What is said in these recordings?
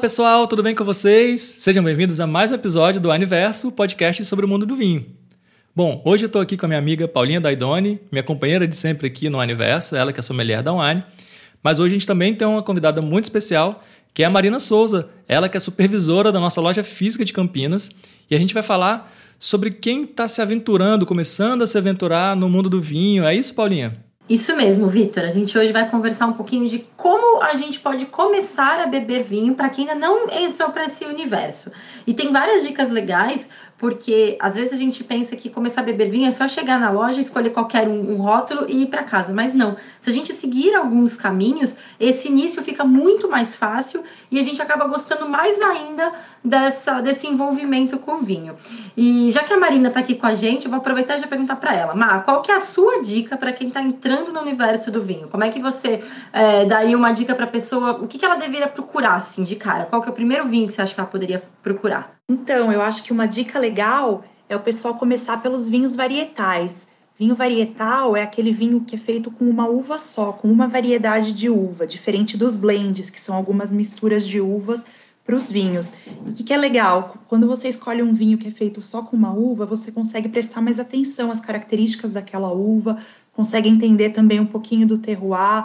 Fala pessoal, tudo bem com vocês? Sejam bem-vindos a mais um episódio do Aniverso, podcast sobre o mundo do vinho. Bom, hoje eu estou aqui com a minha amiga Paulinha Daidoni, minha companheira de sempre aqui no Aniverso, ela que é sommelier da Wine. Mas hoje a gente também tem uma convidada muito especial, que é a Marina Souza, ela que é supervisora da nossa loja física de Campinas. E a gente vai falar sobre quem está se aventurando, começando a se aventurar no mundo do vinho. É isso, Paulinha? Isso mesmo, Vitor. A gente hoje vai conversar um pouquinho de como a gente pode começar a beber vinho para quem ainda não entrou para esse universo. E tem várias dicas legais, porque às vezes a gente pensa que começar a beber vinho é só chegar na loja, escolher qualquer um rótulo e ir para casa. Mas não. Se a gente seguir alguns caminhos, esse início fica muito mais fácil e a gente acaba gostando mais ainda desse envolvimento com o vinho. E já que a Marina está aqui com a gente, eu vou aproveitar e já perguntar para ela. Mar, qual que é a sua dica para quem está entrando no universo do vinho? Como é que você daria uma dica para a pessoa? O que ela deveria procurar, assim, de cara? Qual que é o primeiro vinho que você acha que ela poderia procurar? Então, eu acho que uma dica legal é o pessoal começar pelos vinhos varietais. Vinho varietal é aquele vinho que é feito com uma uva só, com uma variedade de uva, diferente dos blends, que são algumas misturas de uvas para os vinhos. E o que é legal? Quando você escolhe um vinho que é feito só com uma uva, você consegue prestar mais atenção às características daquela uva, consegue entender também um pouquinho do terroir,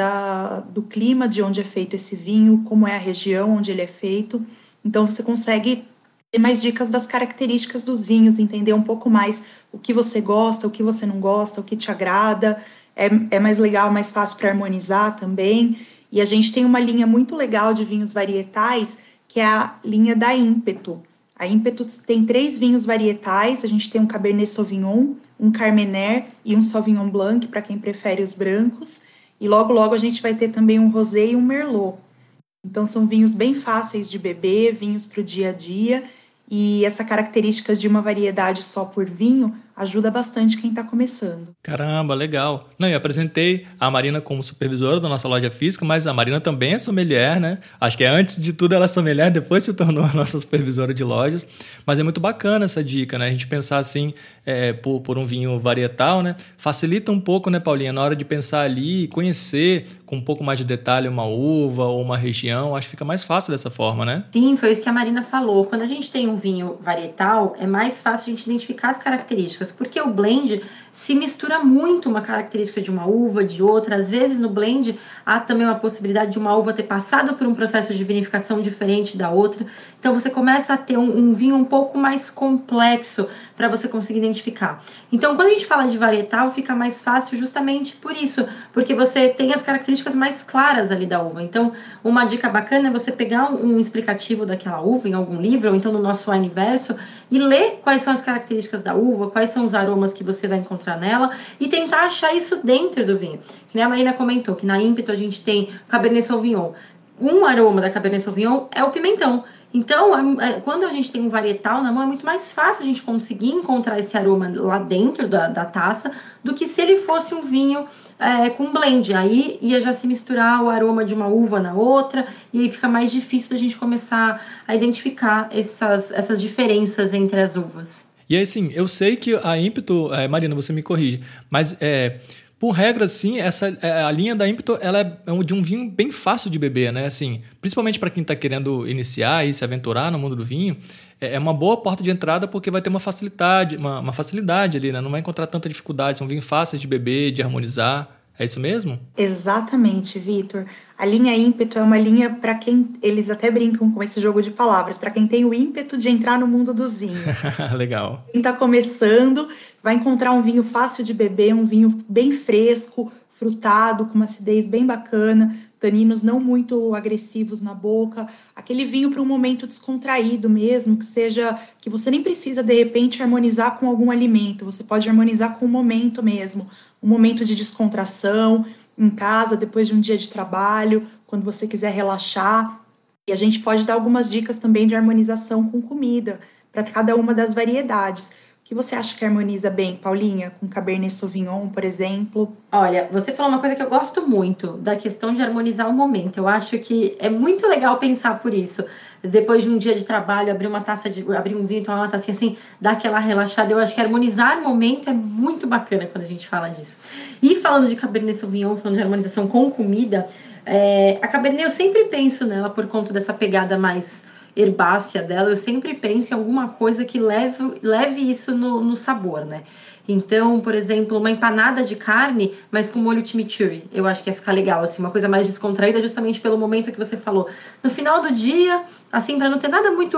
do clima de onde é feito esse vinho, como é a região onde ele é feito. Então, você consegue ter mais dicas das características dos vinhos, entender um pouco mais o que você gosta, o que você não gosta, o que te agrada. É mais legal, mais fácil para harmonizar também. E a gente tem uma linha muito legal de vinhos varietais, que é a linha da Ímpeto. A Ímpeto tem 3 vinhos varietais. A gente tem um Cabernet Sauvignon, um Carmener e um Sauvignon Blanc, para quem prefere os brancos. E logo, logo a gente vai ter também um Rosé e um Merlot. Então, são vinhos bem fáceis de beber, vinhos para o dia a dia. E essa característica de uma variedade só por vinho ajuda bastante quem está começando. Caramba, legal. Não, eu apresentei a Marina como supervisora da nossa loja física, mas a Marina também é sommelier, né? Acho que antes de tudo ela é sommelier, depois se tornou a nossa supervisora de lojas. Mas é muito bacana essa dica, né? A gente pensar assim, por um vinho varietal, né? Facilita um pouco, né, Paulinha? Na hora de pensar ali e conhecer com um pouco mais de detalhe uma uva ou uma região, acho que fica mais fácil dessa forma, né? Sim, foi isso que a Marina falou. Quando a gente tem um vinho varietal, é mais fácil a gente identificar as características, porque o blend se mistura muito uma característica de uma uva, de outra. Às vezes no blend há também uma possibilidade de uma uva ter passado por um processo de vinificação diferente da outra. Então você começa a ter um vinho um pouco mais complexo para você conseguir identificar. Então quando a gente fala de varietal, fica mais fácil justamente por isso, porque você tem as características mais claras ali da uva. Então uma dica bacana é você pegar um explicativo daquela uva em algum livro, ou então no nosso Aniverso, e ler quais são as características da uva, quais são os aromas que você vai encontrar nela e tentar achar isso dentro do vinho. Que nem a Marina comentou, que na Ímpeto a gente tem Cabernet Sauvignon. Um aroma da Cabernet Sauvignon é o pimentão. Então, quando a gente tem um varietal na mão, é muito mais fácil a gente conseguir encontrar esse aroma lá dentro da taça do que se ele fosse um vinho com blend. Aí ia já se misturar o aroma de uma uva na outra e aí fica mais difícil da gente começar a identificar essas diferenças entre as uvas. E aí, assim, eu sei que a Ímpeto, Marina, você me corrige, mas por regra, assim, a linha da Ímpeto ela é de um vinho bem fácil de beber, né? Assim, principalmente para quem está querendo iniciar e se aventurar no mundo do vinho, é uma boa porta de entrada porque vai ter uma facilidade ali, né? Não vai encontrar tanta dificuldade, são vinhos fáceis de beber, de harmonizar. É isso mesmo? Exatamente, Vitor. A linha Ímpeto é uma linha para quem, eles até brincam com esse jogo de palavras, para quem tem o ímpeto de entrar no mundo dos vinhos. Legal. Quem está começando vai encontrar um vinho fácil de beber, um vinho bem fresco, frutado, com uma acidez bem bacana, taninos não muito agressivos na boca, aquele vinho para um momento descontraído mesmo, que você nem precisa, de repente, harmonizar com algum alimento, você pode harmonizar com o momento mesmo, um momento de descontração, em casa, depois de um dia de trabalho, quando você quiser relaxar. E a gente pode dar algumas dicas também de harmonização com comida, para cada uma das variedades. O que você acha que harmoniza bem, Paulinha, com Cabernet Sauvignon, por exemplo? Olha, você falou uma coisa que eu gosto muito, da questão de harmonizar o momento. Eu acho que é muito legal pensar por isso. Depois de um dia de trabalho, abrir um vinho, tomar uma tacinha assim, dar aquela relaxada. Eu acho que harmonizar o momento é muito bacana quando a gente fala disso. E falando de Cabernet Sauvignon, falando de harmonização com comida, A Cabernet eu sempre penso nela por conta dessa pegada mais herbácea dela, eu sempre penso em alguma coisa que leve isso no sabor, né? Então, por exemplo, uma empanada de carne, mas com molho chimichurri. Eu acho que ia ficar legal, assim, uma coisa mais descontraída, justamente pelo momento que você falou. No final do dia, assim, para não ter nada muito...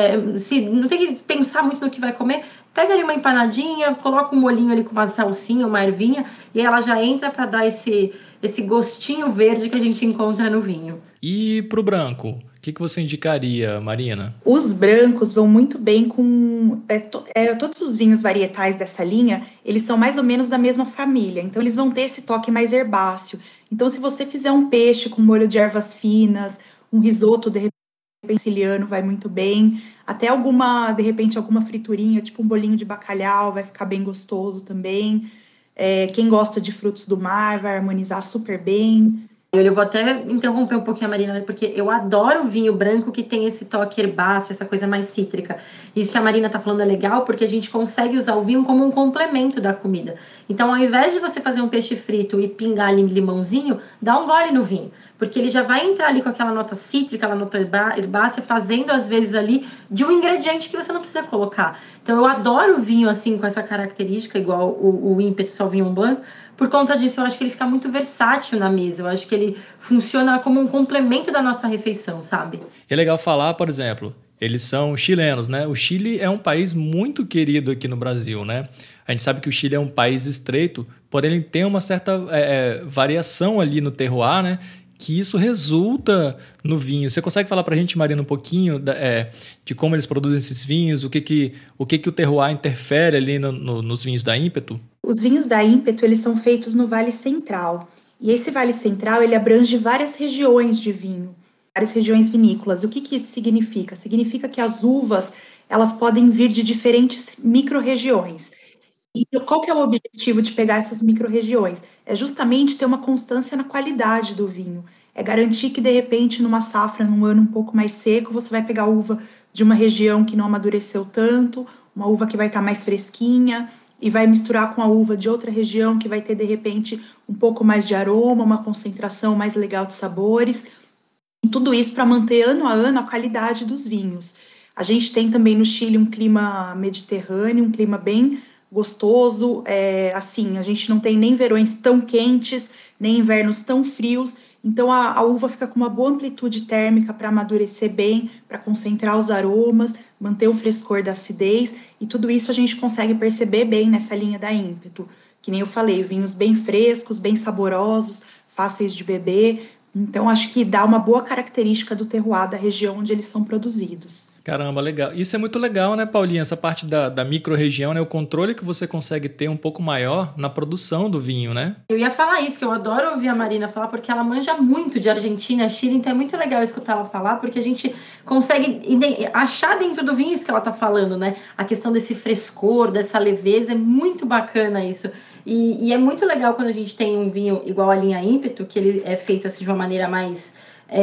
não ter que pensar muito no que vai comer, pega ali uma empanadinha, coloca um molhinho ali com uma salsinha, uma ervinha, e ela já entra para dar esse gostinho verde que a gente encontra no vinho. E pro branco? O que você indicaria, Marina? Os brancos vão muito bem com... todos os vinhos varietais dessa linha, eles são mais ou menos da mesma família. Então, eles vão ter esse toque mais herbáceo. Então, se você fizer um peixe com molho de ervas finas, um risoto, de repente, siciliano, vai muito bem. Até de repente, alguma friturinha, tipo um bolinho de bacalhau, vai ficar bem gostoso também. Quem gosta de frutos do mar vai harmonizar super bem. Eu vou até interromper um pouquinho a Marina, porque eu adoro vinho branco que tem esse toque herbáceo, essa coisa mais cítrica. Isso que a Marina tá falando é legal, porque a gente consegue usar o vinho como um complemento da comida. Então, ao invés de você fazer um peixe frito e pingar ali limãozinho, dá um gole no vinho. Porque ele já vai entrar ali com aquela nota cítrica, aquela nota herbácea, fazendo às vezes ali de um ingrediente que você não precisa colocar. Então, eu adoro vinho assim, com essa característica, igual o ímpeto Sauvignon Blanc. Por conta disso, eu acho que ele fica muito versátil na mesa. Eu acho que ele funciona como um complemento da nossa refeição, sabe? É legal falar, por exemplo, eles são chilenos, né? O Chile é um país muito querido aqui no Brasil, né? A gente sabe que o Chile é um país estreito, porém ele tem uma certa variação ali no terroir, né? Que isso resulta no vinho. Você consegue falar para a gente, Marina, um pouquinho de como eles produzem esses vinhos, o que o terroir interfere ali nos vinhos da Ímpeto? Os vinhos da Ímpeto, eles são feitos no Vale Central. E esse Vale Central, ele abrange várias regiões de vinho, várias regiões vinícolas. O que isso significa? Significa que as uvas, elas podem vir de diferentes micro-regiões. E qual que é o objetivo de pegar essas micro-regiões? É justamente ter uma constância na qualidade do vinho. É garantir que, de repente, numa safra, num ano um pouco mais seco, você vai pegar uva de uma região que não amadureceu tanto, uma uva que vai estar mais fresquinha, e vai misturar com a uva de outra região que vai ter, de repente, um pouco mais de aroma, uma concentração mais legal de sabores. E tudo isso para manter ano a ano a qualidade dos vinhos. A gente tem também no Chile um clima mediterrâneo, um clima bem gostoso. Assim, a gente não tem nem verões tão quentes, nem invernos tão frios. Então, a uva fica com uma boa amplitude térmica para amadurecer bem, para concentrar os aromas, manter o frescor da acidez. E tudo isso a gente consegue perceber bem nessa linha da Ímpeto. Que nem eu falei, vinhos bem frescos, bem saborosos, fáceis de beber. Então, acho que dá uma boa característica do terroir da região onde eles são produzidos. Caramba, legal. Isso é muito legal, né, Paulinha? Essa parte da micro-região, né? O controle que você consegue ter um pouco maior na produção do vinho, né? Eu ia falar isso, que eu adoro ouvir a Marina falar, porque ela manja muito de Argentina, Chile, então é muito legal escutar ela falar, porque a gente consegue achar dentro do vinho isso que ela tá falando, né? A questão desse frescor, dessa leveza, é muito bacana isso. E é muito legal quando a gente tem um vinho igual a linha Ímpeto, que ele é feito assim de uma maneira mais...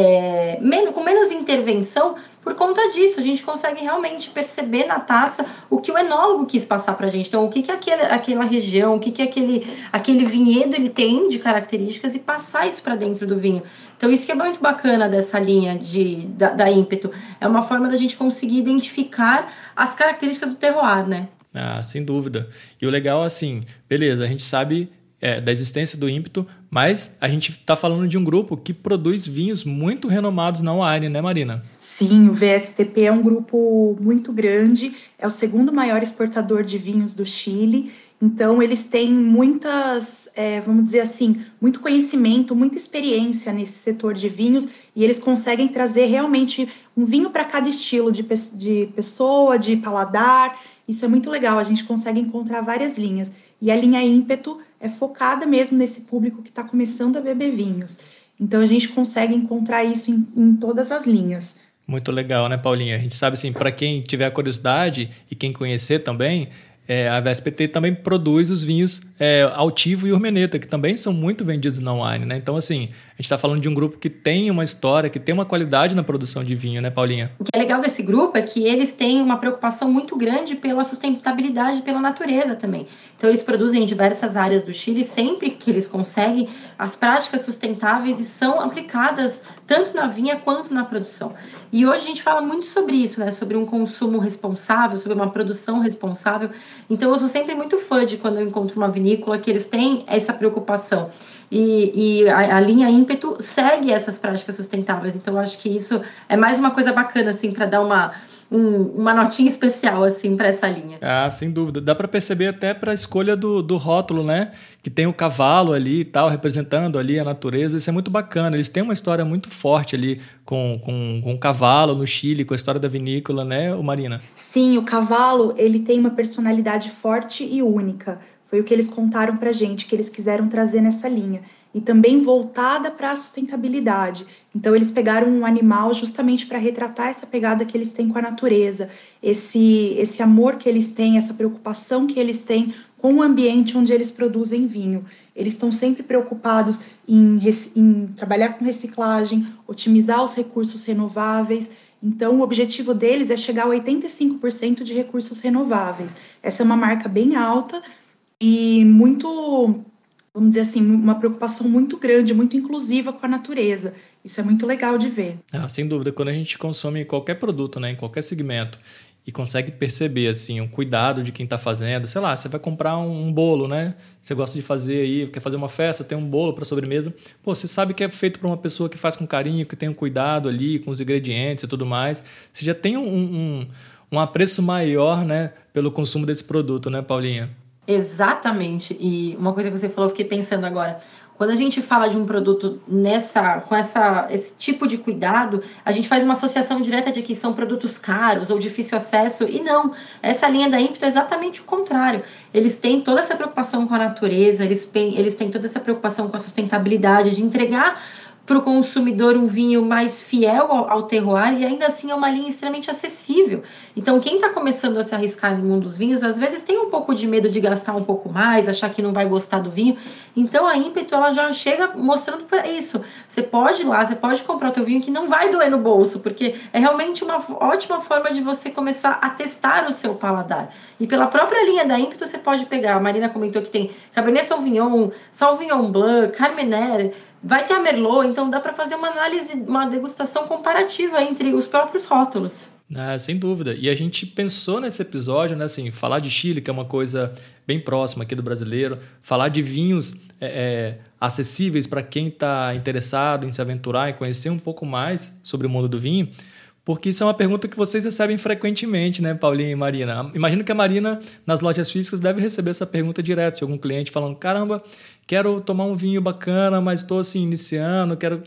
com menos intervenção. Por conta disso, a gente consegue realmente perceber na taça o que o enólogo quis passar pra gente. Então, o que aquela região, o que aquele vinhedo ele tem de características e passar isso para dentro do vinho. Então, isso que é muito bacana dessa linha da Ímpeto. É uma forma da gente conseguir identificar as características do terroir, né? Ah, sem dúvida. E o legal, assim, beleza, a gente sabe da existência do Ímpeto, mas a gente está falando de um grupo que produz vinhos muito renomados na wine, né, Marina? Sim, o VSTP é um grupo muito grande, é o segundo maior exportador de vinhos do Chile, então eles têm muitas, vamos dizer assim, muito conhecimento, muita experiência nesse setor de vinhos, e eles conseguem trazer realmente um vinho para cada estilo de pessoa, de paladar. Isso é muito legal, a gente consegue encontrar várias linhas. E a linha Ímpeto é focada mesmo nesse público que está começando a beber vinhos. Então, a gente consegue encontrar isso em todas as linhas. Muito legal, né, Paulinha? A gente sabe, assim, para quem tiver curiosidade e quem conhecer também, a VSPT também produz os vinhos Altivo e Urmeneta, que também são muito vendidos na Wine, né? Então, assim, a gente está falando de um grupo que tem uma história, que tem uma qualidade na produção de vinho, né, Paulinha? O que é legal desse grupo é que eles têm uma preocupação muito grande pela sustentabilidade e pela natureza também. Então, eles produzem em diversas áreas do Chile, sempre que eles conseguem, as práticas sustentáveis e são aplicadas tanto na vinha quanto na produção. E hoje a gente fala muito sobre isso, né? Sobre um consumo responsável, sobre uma produção responsável. Então, eu sou sempre muito fã de quando eu encontro uma vinícola que eles têm essa preocupação. E a linha Ímpeto segue essas práticas sustentáveis. Então, eu acho que isso é mais uma coisa bacana, assim, para dar uma notinha especial, assim, para essa linha. Ah, sem dúvida. Dá para perceber até para a escolha do rótulo, né? Que tem o cavalo ali e tal, representando ali a natureza. Isso é muito bacana. Eles têm uma história muito forte ali com o cavalo no Chile, com a história da vinícola, né, Marina? Sim, o cavalo, ele tem uma personalidade forte e única. Foi o que eles contaram pra gente, que eles quiseram trazer nessa linha. E também voltada para a sustentabilidade. Então, eles pegaram um animal justamente para retratar essa pegada que eles têm com a natureza, esse amor que eles têm, essa preocupação que eles têm com o ambiente onde eles produzem vinho. Eles estão sempre preocupados em trabalhar com reciclagem, otimizar os recursos renováveis. Então, o objetivo deles é chegar a 85% de recursos renováveis. Essa é uma marca bem alta e muito, vamos dizer assim, uma preocupação muito grande, muito inclusiva com a natureza. Isso é muito legal de ver. Sem dúvida, quando a gente consome qualquer produto, né, em qualquer segmento, e consegue perceber assim, o cuidado de quem está fazendo, sei lá, você vai comprar um bolo, né? Você gosta de fazer aí, quer fazer uma festa, tem um bolo para sobremesa. Pô, você sabe que é feito por uma pessoa que faz com carinho, que tem um cuidado ali com os ingredientes e tudo mais. Você já tem um apreço maior, né, pelo consumo desse produto, né, Paulinha? Exatamente. E uma coisa que você falou, eu fiquei pensando agora. Quando a gente fala de um produto com esse tipo de cuidado, a gente faz uma associação direta de que são produtos caros ou difícil acesso. E não, essa linha da Ímpeto é exatamente o contrário. Eles têm toda essa preocupação com a natureza, eles têm toda essa preocupação com a sustentabilidade, de entregar para o consumidor um vinho mais fiel ao terroir, e ainda assim é uma linha extremamente acessível. Então, quem está começando a se arriscar no mundo dos vinhos, às vezes tem um pouco de medo de gastar um pouco mais, achar que não vai gostar do vinho. Então, a Ímpeto, ela já chega mostrando para isso. Você pode ir lá, você pode comprar o teu vinho que não vai doer no bolso, porque é realmente uma ótima forma de você começar a testar o seu paladar. E pela própria linha da Ímpeto, você pode pegar, a Marina comentou que tem Cabernet Sauvignon, Sauvignon Blanc, Carmenère, vai ter a Merlot, então dá para fazer uma análise, uma degustação comparativa entre os próprios rótulos. Sem dúvida. E a gente pensou nesse episódio, né, assim, falar de Chile, que é uma coisa bem próxima aqui do brasileiro, falar de vinhos acessíveis para quem está interessado em se aventurar e conhecer um pouco mais sobre o mundo do vinho, porque isso é uma pergunta que vocês recebem frequentemente, né, Paulinha e Marina? Imagino que a Marina, nas lojas físicas, deve receber essa pergunta direto de algum cliente falando, caramba, quero tomar um vinho bacana, mas estou assim, iniciando, quero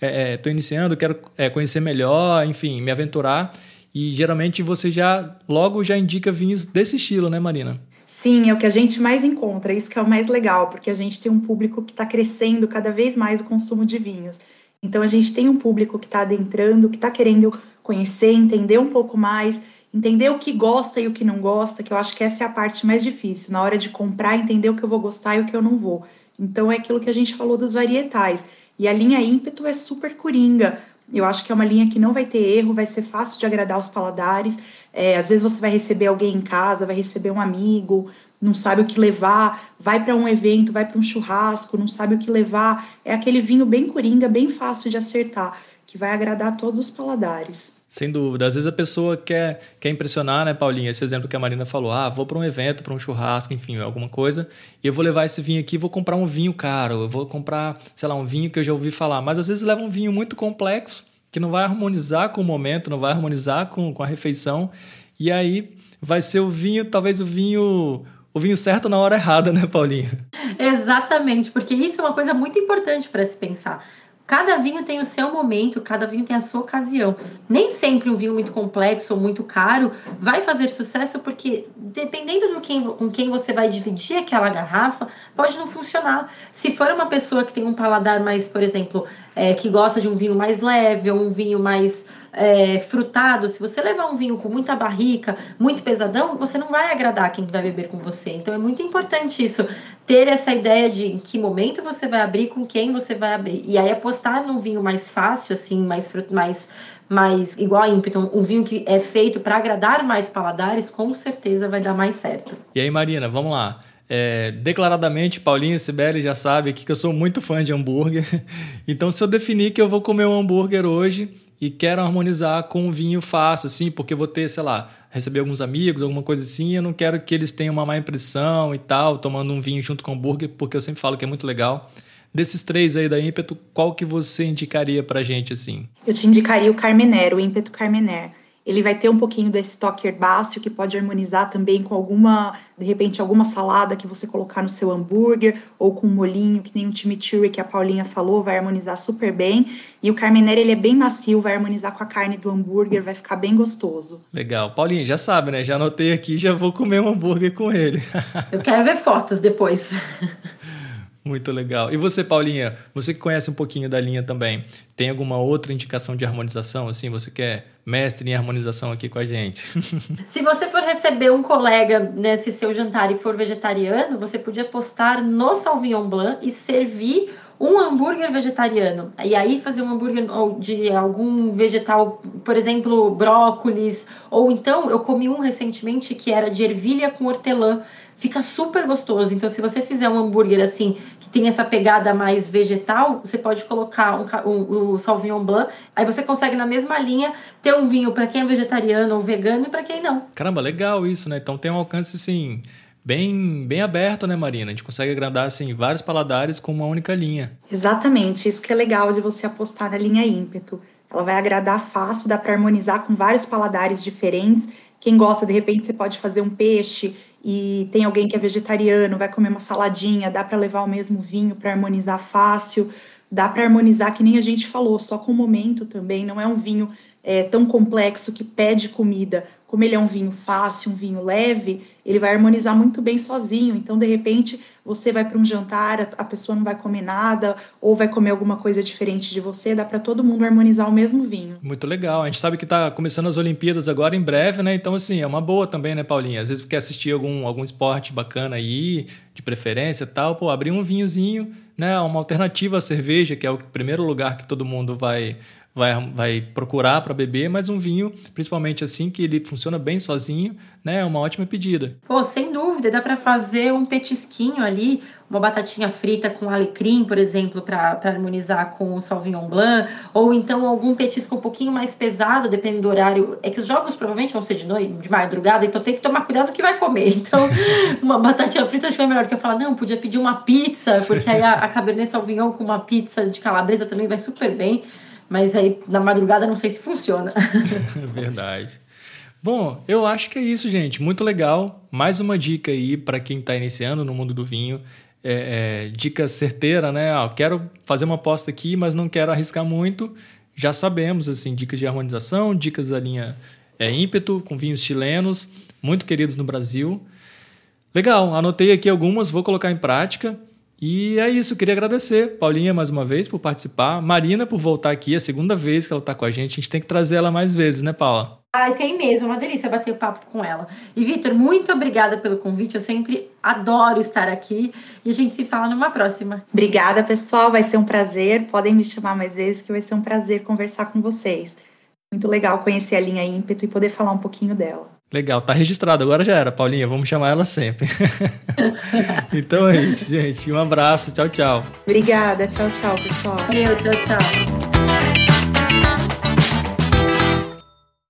conhecer melhor, enfim, me aventurar. E geralmente você logo já indica vinhos desse estilo, né, Marina? Sim, é o que a gente mais encontra, isso que é o mais legal, porque a gente tem um público que está crescendo cada vez mais o consumo de vinhos. Então, a gente tem um público que está adentrando, que está querendo conhecer, entender um pouco mais, entender o que gosta e o que não gosta, que eu acho que essa é a parte mais difícil, na hora de comprar, entender o que eu vou gostar e o que eu não vou. Então, é aquilo que a gente falou dos varietais. E a linha Ímpeto é super coringa. Eu acho que é uma linha que não vai ter erro, vai ser fácil de agradar os paladares. Às vezes você vai receber alguém em casa, vai receber um amigo, não sabe o que levar, vai para um evento, vai para um churrasco, não sabe o que levar. É aquele vinho bem coringa, bem fácil de acertar, que vai agradar todos os paladares. Sem dúvida. Às vezes a pessoa quer impressionar, né, Paulinha? Esse exemplo que a Marina falou, vou para um evento, para um churrasco, enfim, alguma coisa, e eu vou levar esse vinho aqui, vou comprar um vinho caro, eu vou comprar, sei lá, um vinho que eu já ouvi falar, mas às vezes leva um vinho muito complexo, que não vai harmonizar com o momento, não vai harmonizar com a refeição, e aí vai ser o vinho certo na hora errada, né, Paulinha? Exatamente, porque isso é uma coisa muito importante para se pensar. Cada vinho tem o seu momento, cada vinho tem a sua ocasião. Nem sempre um vinho muito complexo ou muito caro vai fazer sucesso, porque dependendo com quem você vai dividir aquela garrafa, pode não funcionar. Se for uma pessoa que tem um paladar mais, por exemplo, que gosta de um vinho mais leve ou um vinho mais frutado, se você levar um vinho com muita barrica, muito pesadão, você não vai agradar quem vai beber com você. Então é muito importante isso, ter essa ideia de em que momento você vai abrir, com quem você vai abrir. E aí apostar num vinho mais fácil, assim, mais igual a ímpeto, um vinho que é feito para agradar mais paladares, com certeza vai dar mais certo. E aí, Marina, vamos lá. Declaradamente, Paulinha e Cibele já sabem aqui que eu sou muito fã de hambúrguer. Então, se eu definir que eu vou comer um hambúrguer hoje e quero harmonizar com um vinho fácil, assim, porque eu vou ter, sei lá, receber alguns amigos, alguma coisa assim, eu não quero que eles tenham uma má impressão e tal, tomando um vinho junto com hambúrguer, porque eu sempre falo que é muito legal. Desses 3 aí da Ímpeto, qual que você indicaria pra gente, assim? Eu te indicaria o Carmenère, o Ímpeto Carmenère. Ele vai ter um pouquinho desse toque herbáceo que pode harmonizar também com de repente, alguma salada que você colocar no seu hambúrguer ou com um molhinho, que nem o chimichurri que a Paulinha falou, vai harmonizar super bem. E o Carmenère, ele é bem macio, vai harmonizar com a carne do hambúrguer, vai ficar bem gostoso. Legal. Paulinha, já sabe, né? Já anotei aqui, já vou comer um hambúrguer com ele. Eu quero ver fotos depois. Muito legal. E você, Paulinha, você que conhece um pouquinho da linha também, tem alguma outra indicação de harmonização? Assim, você que é mestre em harmonização aqui com a gente? Se você for receber um colega nesse seu jantar e for vegetariano, você podia apostar no Sauvignon Blanc e servir um hambúrguer vegetariano. E aí fazer um hambúrguer de algum vegetal, por exemplo, brócolis. Ou então, eu comi um recentemente que era de ervilha com hortelã. Fica super gostoso. Então, se você fizer um hambúrguer assim, que tem essa pegada mais vegetal, você pode colocar um Sauvignon Blanc. Aí você consegue, na mesma linha, ter um vinho para quem é vegetariano ou vegano e para quem não. Caramba, legal isso, né? Então tem um alcance, assim, bem aberto, né, Marina? A gente consegue agradar, assim, vários paladares com uma única linha. Exatamente. Isso que é legal de você apostar na linha Ímpeto. Ela vai agradar fácil, dá para harmonizar com vários paladares diferentes. Quem gosta, de repente, você pode fazer um peixe e tem alguém que é vegetariano, vai comer uma saladinha, dá para levar o mesmo vinho para harmonizar fácil, dá para harmonizar, que nem a gente falou, só com o momento também, não é um vinho tão complexo que pede comida. Como ele é um vinho fácil, um vinho leve, ele vai harmonizar muito bem sozinho. Então, de repente, você vai para um jantar, a pessoa não vai comer nada, ou vai comer alguma coisa diferente de você, dá para todo mundo harmonizar o mesmo vinho. Muito legal. A gente sabe que está começando as Olimpíadas agora em breve, né? Então, assim, é uma boa também, né, Paulinha? Às vezes quer assistir algum esporte bacana aí, de preferência e tal, abrir um vinhozinho, né? Uma alternativa à cerveja, que é o primeiro lugar que todo mundo vai procurar para beber, mas um vinho, principalmente assim, que ele funciona bem sozinho, né? É uma ótima pedida. Pô, sem dúvida, dá para fazer um petisquinho ali, uma batatinha frita com alecrim, por exemplo, para harmonizar com o Sauvignon Blanc, ou então algum petisco um pouquinho mais pesado, dependendo do horário. É que os jogos provavelmente vão ser de noite, de madrugada, então tem que tomar cuidado no que vai comer. Então, uma batatinha frita acho que é melhor que eu falar, não, podia pedir uma pizza, porque aí a Cabernet Sauvignon com uma pizza de calabresa também vai super bem. Mas aí, na madrugada, não sei se funciona. Verdade. Bom, eu acho que é isso, gente. Muito legal. Mais uma dica aí para quem está iniciando no mundo do vinho. Dica certeira, né? Quero fazer uma aposta aqui, mas não quero arriscar muito. Já sabemos, assim, dicas de harmonização, dicas da linha Ímpeto, com vinhos chilenos, muito queridos no Brasil. Legal, anotei aqui algumas, vou colocar em prática. E é isso, queria agradecer Paulinha mais uma vez por participar, Marina por voltar aqui, é a segunda vez que ela está com a gente tem que trazer ela mais vezes, né, Paula? Ai, tem mesmo, é uma delícia bater o papo com ela. E Vitor, muito obrigada pelo convite, eu sempre adoro estar aqui e a gente se fala numa próxima. Obrigada, pessoal, vai ser um prazer, podem me chamar mais vezes que vai ser um prazer conversar com vocês. Muito legal conhecer a linha Ímpeto e poder falar um pouquinho dela. Legal, tá registrado, agora já era, Paulinha, vamos chamar ela sempre. Então é isso, gente, um abraço, tchau, tchau. Obrigada, tchau, pessoal. Valeu, tchau.